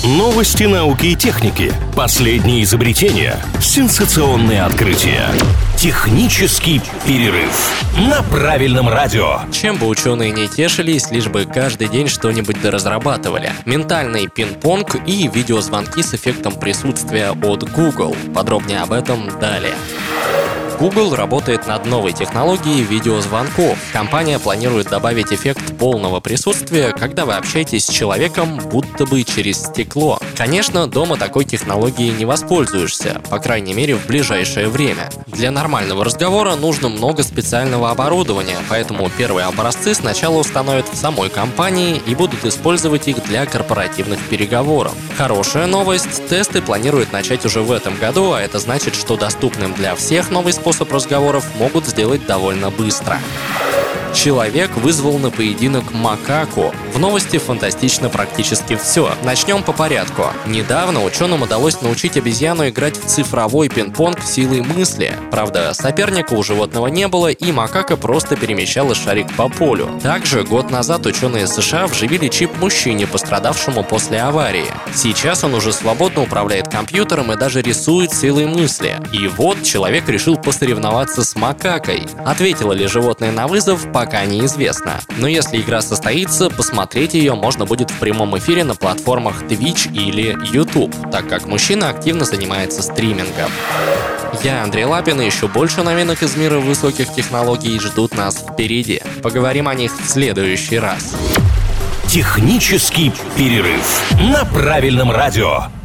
Новости науки и техники, последние изобретения, сенсационные открытия. Технический перерыв на правильном радио. Чем бы ученые не тешились, лишь бы каждый день что-нибудь доразрабатывали. Ментальный пинг-понг и видеозвонки с эффектом присутствия от Google. Подробнее об этом далее. Google работает над новой технологией видеозвонков. Компания планирует добавить эффект полного присутствия, когда вы общаетесь с человеком будто бы через стекло. Конечно, дома такой технологией не воспользуешься, по крайней мере в ближайшее время. Для нормального разговора нужно много специального оборудования, поэтому первые образцы сначала установят в самой компании и будут использовать их для корпоративных переговоров. Хорошая новость: тесты планируют начать уже в этом году, а это значит, что доступным для всех новый способ разговоров могут сделать довольно быстро. Человек вызвал на поединок макаку. В новости фантастично практически все. Начнем по порядку. Недавно ученым удалось научить обезьяну играть в цифровой пинг-понг силой мысли. Правда, соперника у животного не было, и макака просто перемещала шарик по полю. Также год назад ученые США вживили чип мужчине, пострадавшему после аварии. Сейчас он уже свободно управляет компьютером и даже рисует силой мысли. И вот человек решил посоревноваться с макакой. Ответило ли животное на вызов, пока неизвестно. Но если игра состоится, посмотреть ее можно будет в прямом эфире на платформах Twitch или YouTube, так как мужчина активно занимается стримингом. Я Андрей Лапин, и еще больше новинок из мира высоких технологий ждут нас впереди. Поговорим о них в следующий раз. Технический перерыв на правильном радио.